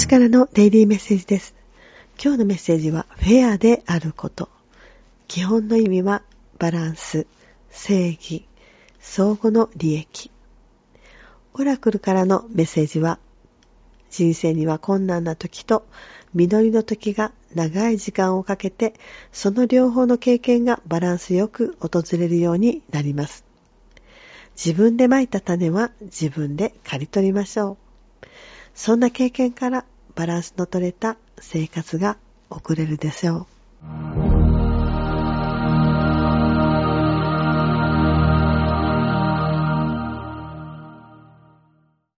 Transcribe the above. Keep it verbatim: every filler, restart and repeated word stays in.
からのデイリーメッセージです。今日のメッセージはフェアであること。基本の意味はバランス、正義、相互の利益。オラクルからのメッセージは、人生には困難な時と実りの時が長い時間をかけて、その両方の経験がバランスよく訪れるようになります。自分で蒔いた種は自分で刈り取りましょう。そんな経験からバランスの取れた生活が送れるでしょう。